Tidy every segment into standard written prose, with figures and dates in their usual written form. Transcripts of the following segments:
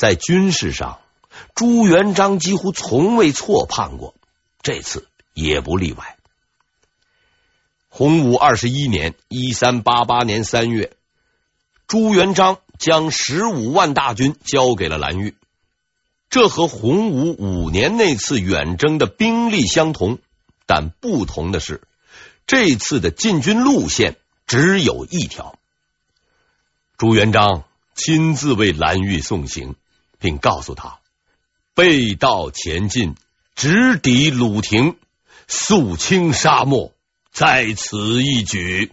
在军事上，朱元璋几乎从未错判过，这次也不例外。洪武21年1388年3月，朱元璋将15万大军交给了蓝玉，这和洪武5年那次远征的兵力相同，但不同的是，这次的进军路线只有一条。朱元璋亲自为蓝玉送行，并告诉他，背道前进，直抵鲁庭，肃清沙漠，在此一举。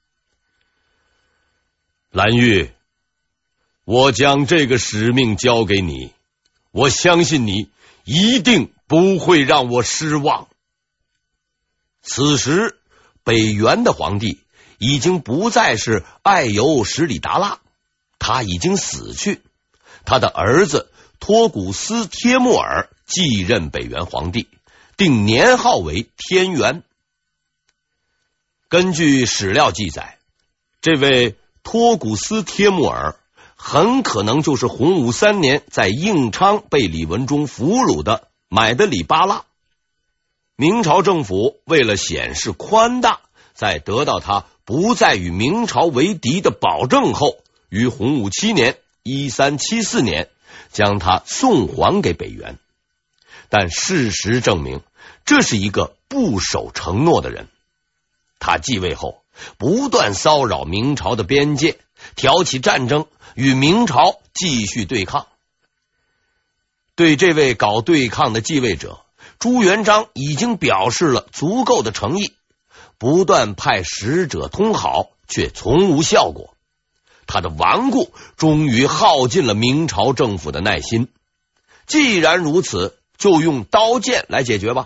蓝玉，我将这个使命交给你，我相信你一定不会让我失望。此时北元的皇帝已经不再是爱由十里达腊，他已经死去，他的儿子托古斯帖木儿继任北元皇帝，定年号为天元。根据史料记载，这位托古斯帖木儿很可能就是洪武3年在应昌被李文忠俘虏的买德里巴剌。明朝政府为了显示宽大，在得到他不再与明朝为敌的保证后，于洪武7年1374年将他送还给北元。但事实证明，这是一个不守承诺的人。他继位后，不断骚扰明朝的边界，挑起战争，与明朝继续对抗。对这位搞对抗的继位者，朱元璋已经表示了足够的诚意，不断派使者通好，却从无效果。他的顽固终于耗尽了明朝政府的耐心。既然如此，就用刀剑来解决吧。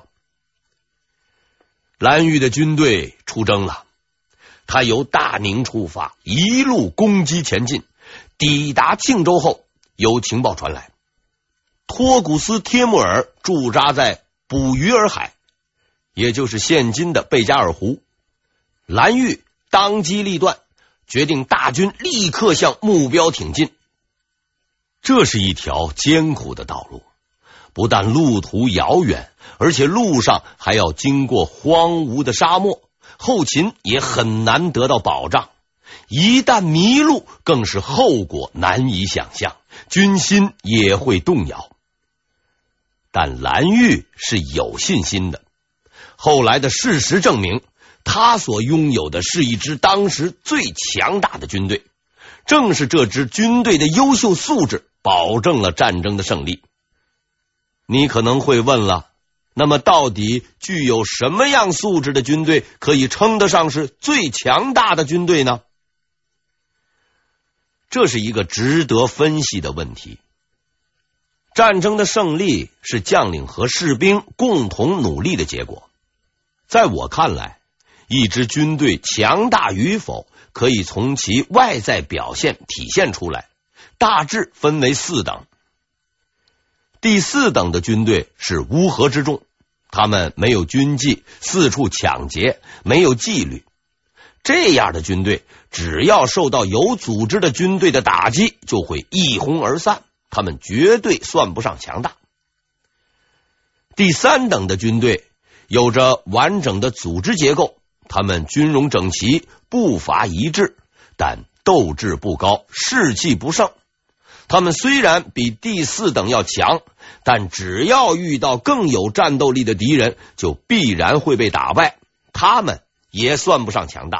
蓝玉的军队出征了，他由大宁出发，一路攻击前进。抵达庆州后，有情报传来，托古斯帖木儿驻扎在捕鱼儿海，也就是现今的贝加尔湖。蓝玉当机立断，决定大军立刻向目标挺进。这是一条艰苦的道路，不但路途遥远，而且路上还要经过荒芜的沙漠，后勤也很难得到保障。一旦迷路，更是后果难以想象，军心也会动摇。但蓝玉是有信心的，后来的事实证明，他所拥有的是一支当时最强大的军队，正是这支军队的优秀素质保证了战争的胜利。你可能会问了，那么到底具有什么样素质的军队可以称得上是最强大的军队呢？这是一个值得分析的问题。战争的胜利是将领和士兵共同努力的结果。在我看来，一支军队强大与否可以从其外在表现体现出来，大致分为4等。第4等的军队是乌合之众，他们没有军纪，四处抢劫，没有纪律。这样的军队只要受到有组织的军队的打击，就会一哄而散，他们绝对算不上强大。第3等的军队有着完整的组织结构，他们军容整齐，步伐一致，但斗志不高，士气不盛。他们虽然比第4等要强，但只要遇到更有战斗力的敌人，就必然会被打败，他们也算不上强大。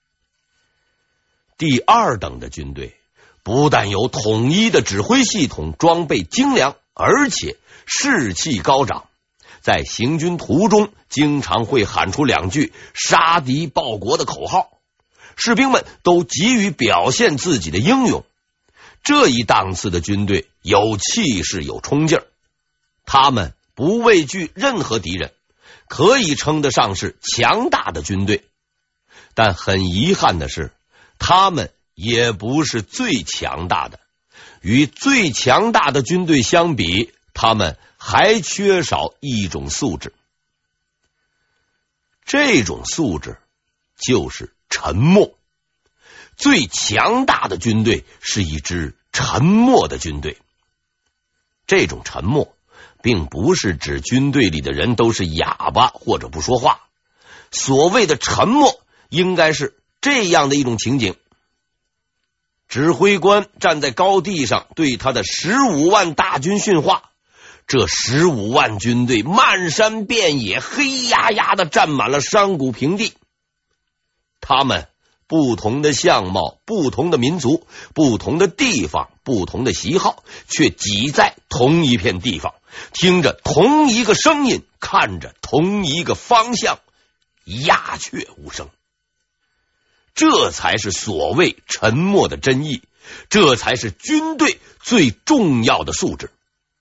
第2等的军队不但有统一的指挥系统，装备精良，而且士气高涨，在行军途中经常会喊出2句杀敌报国的口号，士兵们都急于表现自己的英勇。这一档次的军队有气势，有冲劲儿，他们不畏惧任何敌人，可以称得上是强大的军队。但很遗憾的是，他们也不是最强大的，与最强大的军队相比，他们还缺少一种素质。这种素质就是沉默。最强大的军队是一支沉默的军队。 这种沉默并不是指军队里的人都是哑巴或者不说话，所谓的沉默应该是这样的一种情景：指挥官站在高地上对他的15万大军训话，这15万军队漫山遍野，黑压压的占满了山谷平地，他们不同的相貌，不同的民族，不同的地方，不同的喜好，却挤在同一片地方，听着同一个声音，看着同一个方向，鸦雀无声。这才是所谓沉默的真意，这才是军队最重要的素质。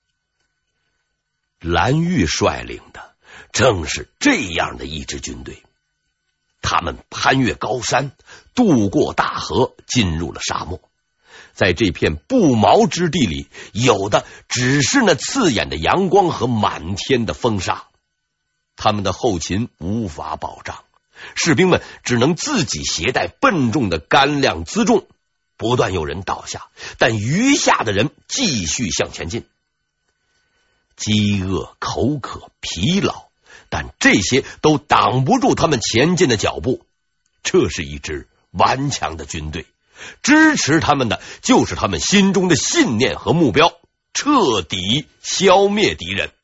蓝玉率领的正是这样的一支军队，他们攀越高山，渡过大河，进入了沙漠。在这片不毛之地里，有的只是那刺眼的阳光和满天的风沙。他们的后勤无法保障，士兵们只能自己携带笨重的干粮辎重，不断有人倒下，但余下的人继续向前进。饥饿、口渴、疲劳，但这些都挡不住他们前进的脚步。这是一支顽强的军队，支持他们的就是他们心中的信念和目标，彻底消灭敌人。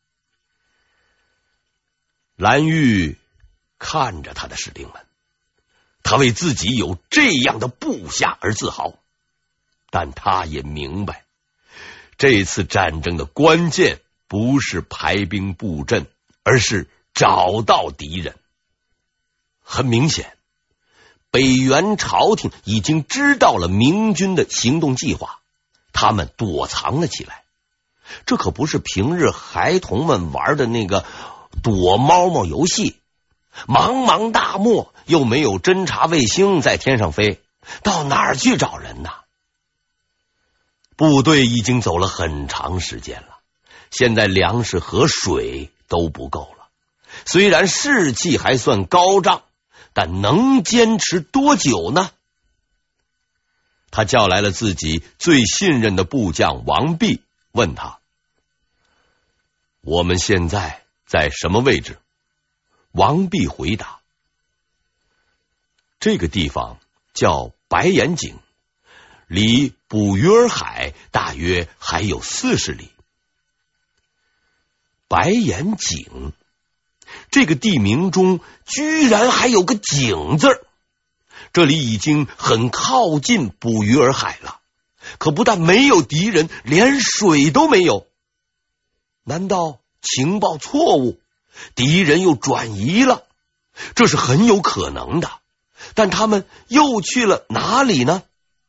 蓝玉看着他的士兵们，他为自己有这样的部下而自豪，但他也明白，这次战争的关键不是排兵布阵，而是找到敌人。很明显，北元朝廷已经知道了明军的行动计划，他们躲藏了起来。这可不是平日孩童们玩的那个躲猫猫游戏，茫茫大漠又没有侦察卫星在天上飞，到哪儿去找人呢？部队已经走了很长时间了，现在粮食和水都不够了。虽然士气还算高涨，但能坚持多久呢？他叫来了自己最信任的部将王弼，问他：我们现在在什么位置？王弼回答：这个地方叫白岩井，离捕鱼儿海大约还有40里。白岩井，这个地名中居然还有个井字，这里已经很靠近捕鱼儿海了，可不但没有敌人，连水都没有。难道情报错误，敌人又转移了？这是很有可能的，但他们又去了哪里呢？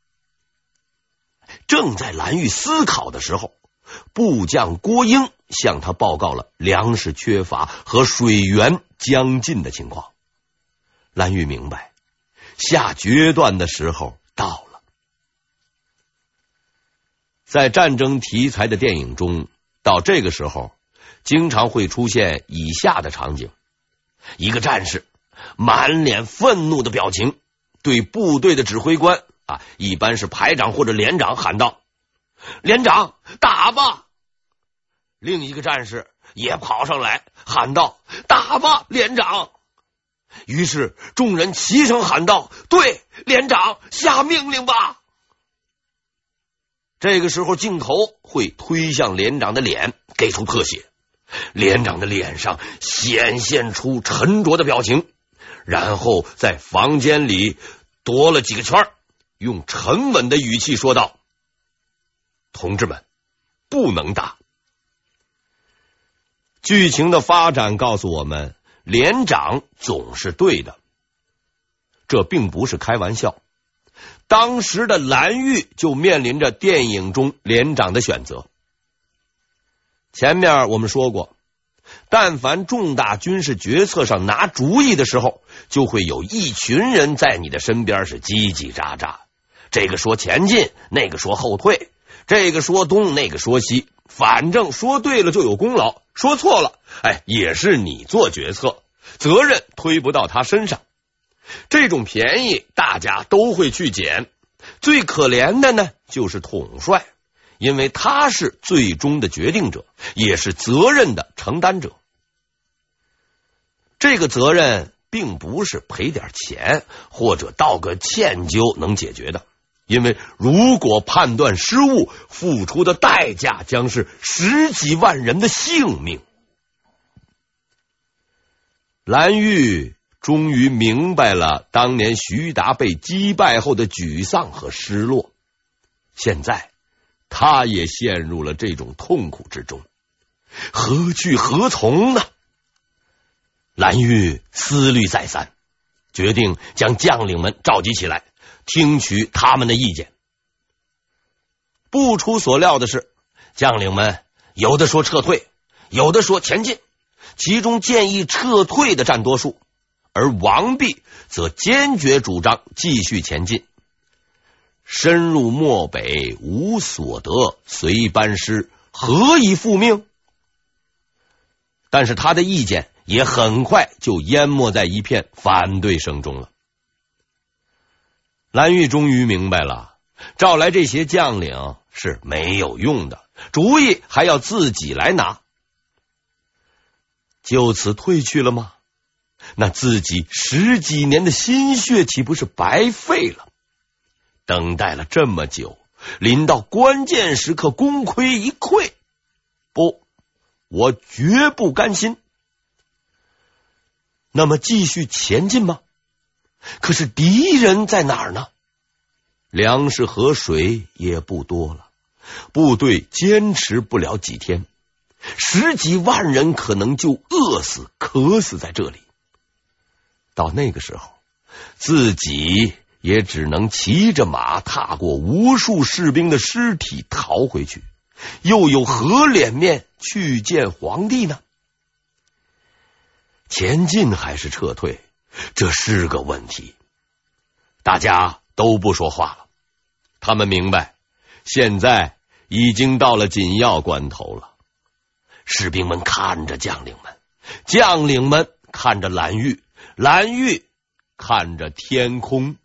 正在蓝玉思考的时候，部将郭英向他报告了粮食缺乏和水源将尽的情况。蓝玉明白，下决断的时候到了。在战争题材的电影中，到这个时候经常会出现以下的场景：一个战士满脸愤怒的表情，对部队的指挥官一般是排长或者连长喊道：连长，打吧！另一个战士也跑上来喊道：打吧，连长！于是众人齐声喊道：对，连长，下命令吧！这个时候镜头会推向连长的脸，给出特写。连长的脸上显现出沉着的表情，然后在房间里踱了几个圈，用沉稳的语气说道：同志们，不能打。剧情的发展告诉我们，连长总是对的，这并不是开玩笑。当时的蓝玉就面临着电影中连长的选择。前面我们说过，但凡重大军事决策上拿主意的时候，就会有一群人在你的身边是叽叽喳喳，这个说前进，那个说后退，这个说东，那个说西，反正说对了就有功劳，说错了也是你做决策，责任推不到他身上。这种便宜大家都会去捡，最可怜的呢就是统帅， 因为他是最终的决定者，也是责任的承担者。这个责任并不是赔点钱或者道个歉就能解决的，因为如果判断失误，付出的代价将是十几万人的性命。蓝玉终于明白了当年徐达被击败后的沮丧和失落，现在他也陷入了这种痛苦之中，何去何从呢？蓝玉思虑再三，决定将将领们召集起来，听取他们的意见。不出所料的是，将领们有的说撤退，有的说前进，其中建议撤退的占多数，而王弼则坚决主张继续前进。深入漠北无所得，随班师何以复命？但是他的意见也很快就淹没在一片反对声中了。蓝玉终于明白了，召来这些将领是没有用的，主意还要自己来拿。就此退去了吗？那自己十几年的心血岂不是白费了？等待了这么久，临到关键时刻功亏一篑，不，我绝不甘心。那么继续前进吗？可是敌人在哪儿呢？粮食和水也不多了，部队坚持不了几天，十几万人可能就饿死渴死在这里。到那个时候，自己也只能骑着马踏过无数士兵的尸体逃回去，又有何脸面去见皇帝呢？前进还是撤退，这是个问题。大家都不说话了，他们明白现在已经到了紧要关头了。士兵们看着将领们，将领们看着蓝玉，蓝玉看着天空。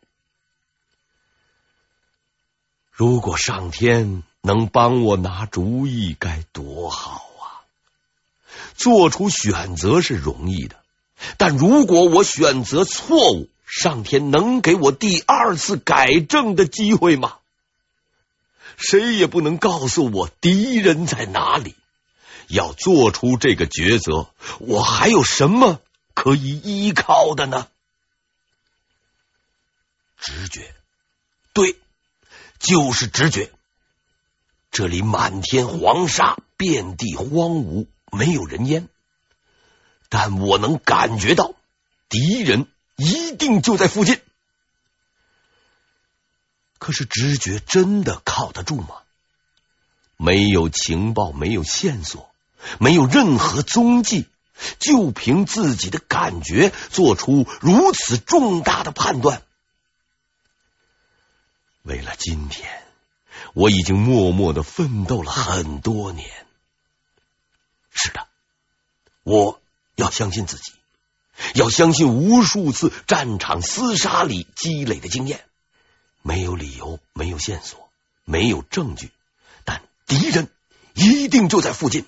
如果上天能帮我拿主意该多好啊！做出选择是容易的，但如果我选择错误，上天能给我第二次改正的机会吗？谁也不能告诉我敌人在哪里。要做出这个抉择，我还有什么可以依靠的呢？直觉，对，就是直觉。这里满天黄沙，遍地荒芜，没有人烟，但我能感觉到敌人一定就在附近。可是直觉真的靠得住吗？没有情报，没有线索，没有任何踪迹，就凭自己的感觉做出如此重大的判断。为了今天，我已经默默的奋斗了很多年。是的，我要相信自己，要相信无数次战场厮杀里积累的经验。没有理由，没有线索，没有证据，但敌人一定就在附近。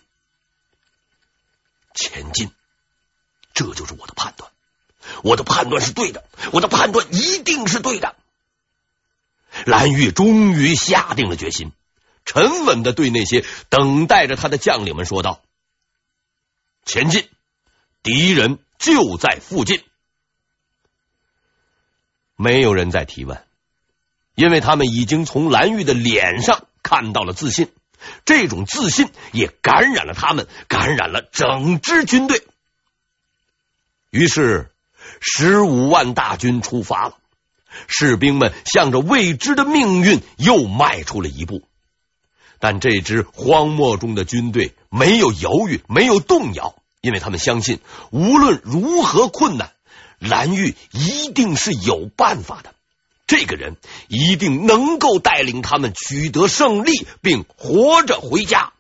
前进，这就是我的判断。我的判断是对的，我的判断一定是对的。蓝玉终于下定了决心，沉稳地对那些等待着他的将领们说道：前进，敌人就在附近。没有人再提问，因为他们已经从蓝玉的脸上看到了自信，这种自信也感染了他们，感染了整支军队。于是15万大军出发了，士兵们向着未知的命运又迈出了一步。但这支荒漠中的军队没有犹豫，没有动摇，因为他们相信无论如何困难，蓝玉一定是有办法的。这个人一定能够带领他们取得胜利，并活着回家。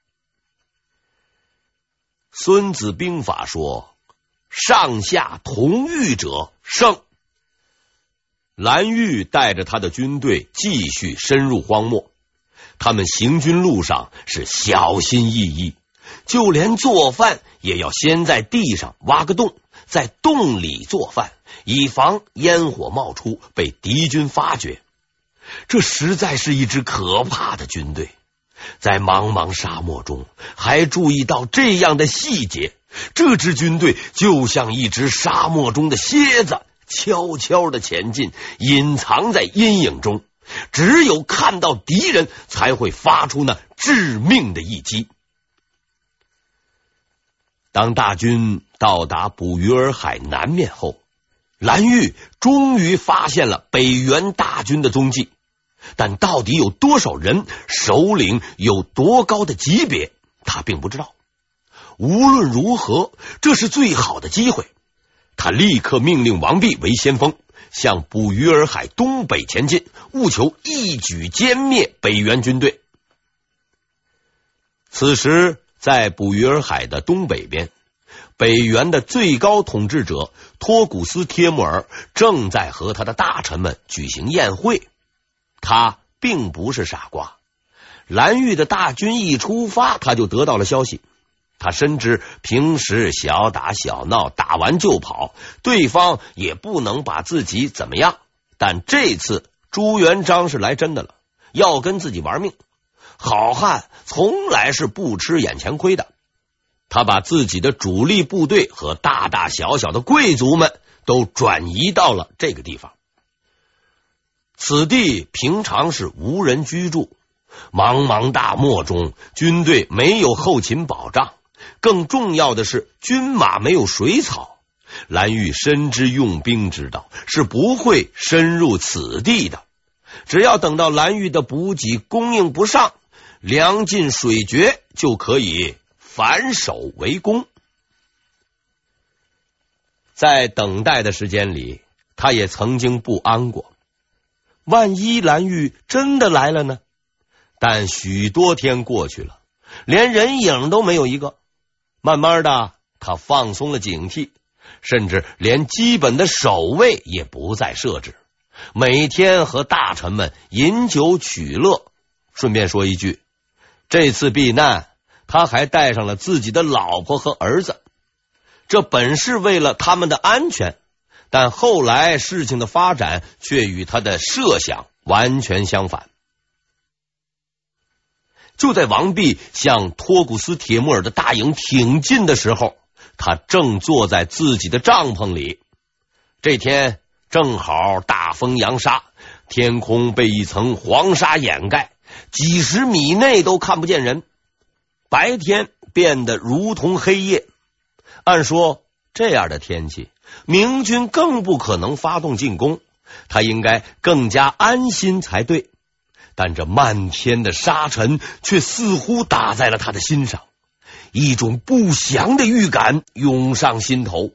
孙子兵法说：上下同欲者胜。蓝玉带着他的军队继续深入荒漠， 他们行军路上是小心翼翼，就连做饭也要先在地上挖个洞，在洞里做饭，以防烟火冒出被敌军发觉。这实在是一支可怕的军队，在茫茫沙漠中还注意到这样的细节，这支军队就像一只沙漠中的蝎子，悄悄地前进，隐藏在阴影中，只有看到敌人才会发出那致命的一击。当大军到达捕鱼儿海南面后，蓝玉终于发现了北元大军的踪迹，但到底有多少人，首领有多高的级别，他并不知道。无论如何，这是最好的机会，他立刻命令王弼为先锋，向捕鱼儿海东北前进，务求一举歼灭北元军队。此时在捕鱼儿海的东北边，北元的最高统治者托古斯帖木儿正在和他的大臣们举行宴会。他并不是傻瓜，蓝玉的大军一出发，他就得到了消息。他深知平时小打小闹，打完就跑，对方也不能把自己怎么样，但这次朱元璋是来真的了，要跟自己玩命。好汉从来是不吃眼前亏的，他把自己的主力部队和大大小小的贵族们都转移到了这个地方。此地平常是无人居住，茫茫大漠中，军队没有后勤保障，更重要的是军马没有水草。蓝玉深知用兵之道，是不会深入此地的。只要等到蓝玉的补给供应不上，粮尽水绝，就可以反守为攻。在等待的时间里，他也曾经不安过，万一蓝玉真的来了呢？但许多天过去了，连人影都没有一个。慢慢的，他放松了警惕，甚至连基本的守卫也不再设置，每天和大臣们饮酒取乐。顺便说一句，这次避难他还带上了自己的老婆和儿子，这本是为了他们的安全，但后来事情的发展却与他的设想完全相反。就在王弼向托古斯帖木儿的大营挺进的时候，他正坐在自己的帐篷里。这天正好大风扬沙，天空被一层黄沙掩盖，几十米内都看不见人，白天变得如同黑夜。按说这样的天气，明军更不可能发动进攻，他应该更加安心才对。但这漫天的沙尘却似乎打在了他的心上，一种不祥的预感涌上心头。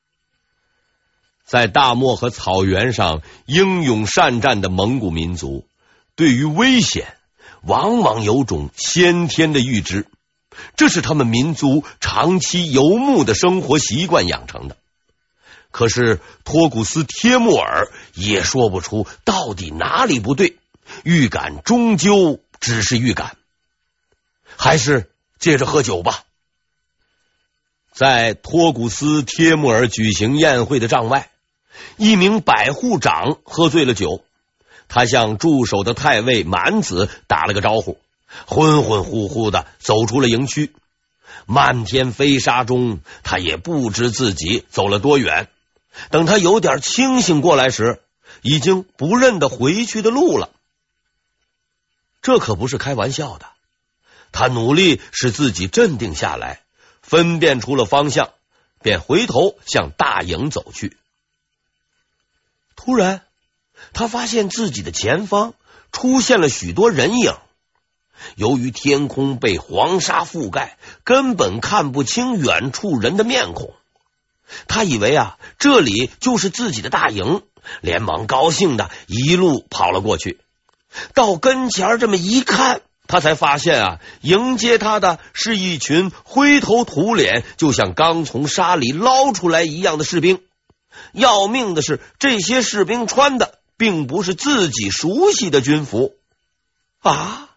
在大漠和草原上英勇善战的蒙古民族，对于危险往往有种先天的预知，这是他们民族长期游牧的生活习惯养成的。可是托古斯帖木儿也说不出到底哪里不对，预感终究只是预感。还是接着喝酒吧。在托古斯帖木儿举行宴会的帐外，一名百户长喝醉了酒，他向驻守的太尉满子打了个招呼，浑浑乎乎的走出了营区。漫天飞沙中，他也不知自己走了多远，等他有点清醒过来时，已经不认得回去的路了。这可不是开玩笑的，他努力使自己镇定下来，分辨出了方向，便回头向大营走去。突然他发现自己的前方出现了许多人影，由于天空被黄沙覆盖，根本看不清远处人的面孔。他以为这里就是自己的大营，连忙高兴的一路跑了过去。到跟前这么一看，他才发现迎接他的是一群灰头土脸，就像刚从沙里捞出来一样的士兵。要命的是，这些士兵穿的并不是自己熟悉的军服。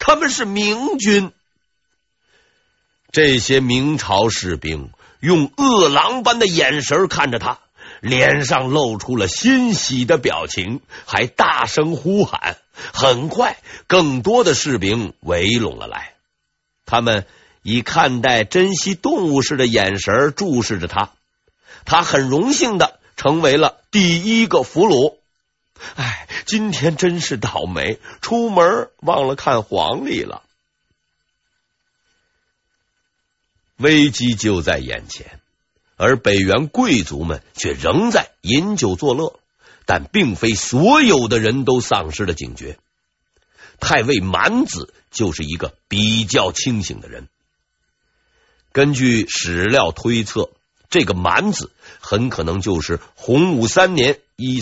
他们是明军。这些明朝士兵用饿狼般的眼神看着他，脸上露出了欣喜的表情，还大声呼喊。很快，更多的士兵围拢了来，他们以看待珍稀动物似的眼神注视着他。他很荣幸的成为了第一个俘虏。哎，今天真是倒霉，出门忘了看黄历了。危机就在眼前，而北元贵族们却仍在饮酒作乐，但并非所有的人都丧失了警觉。太尉满子就是一个比较清醒的人。根据史料推测，这个满子很可能就是洪武3年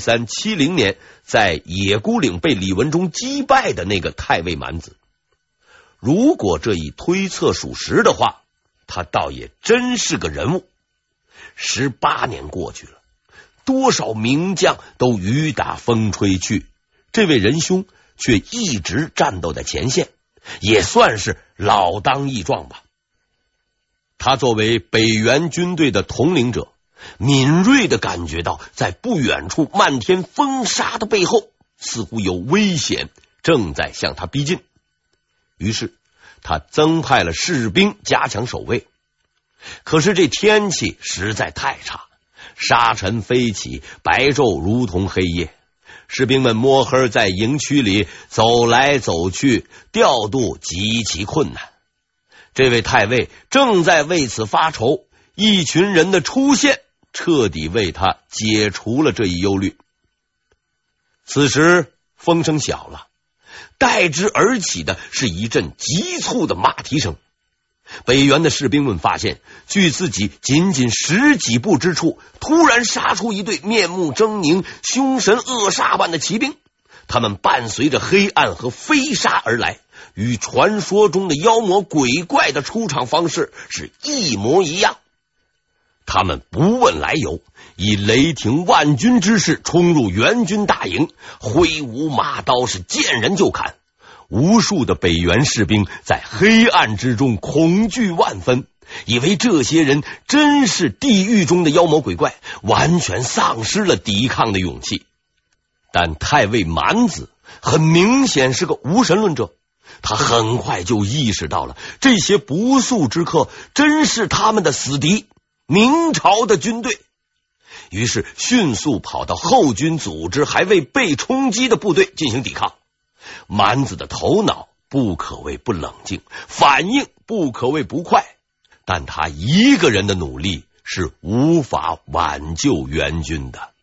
1370年在野孤岭被李文忠击败的那个太尉满子。如果这一推测属实的话，他倒也真是个人物。18年过去了，多少名将都雨打风吹去，这位仁兄却一直战斗在前线，也算是老当益壮吧。他作为北元军队的统领者，敏锐地感觉到在不远处漫天风沙的背后，似乎有危险正在向他逼近。于是他增派了士兵加强守卫。可是这天气实在太差，沙尘飞起，白昼如同黑夜。士兵们摸黑在营区里走来走去，调度极其困难。这位太尉正在为此发愁，一群人的出现彻底为他解除了这一忧虑。此时风声小了，代之而起的是一阵急促的马蹄声。北元的士兵们发现，距自己仅仅10几步之处，突然杀出一队面目狰狞、凶神恶煞般的骑兵。他们伴随着黑暗和飞沙而来，与传说中的妖魔鬼怪的出场方式是一模一样。他们不问来由，以雷霆万钧之势冲入元军大营，挥舞马刀，是见人就砍。无数的北元士兵在黑暗之中恐惧万分，以为这些人真是地狱中的妖魔鬼怪，完全丧失了抵抗的勇气。但太尉满子很明显是个无神论者，他很快就意识到了这些不速之客真是他们的死敌，明朝的军队。于是迅速跑到后军组织还未被冲击的部队进行抵抗。满子的头脑不可谓不冷静，反应不可谓不快，但他一个人的努力是无法挽救元军的。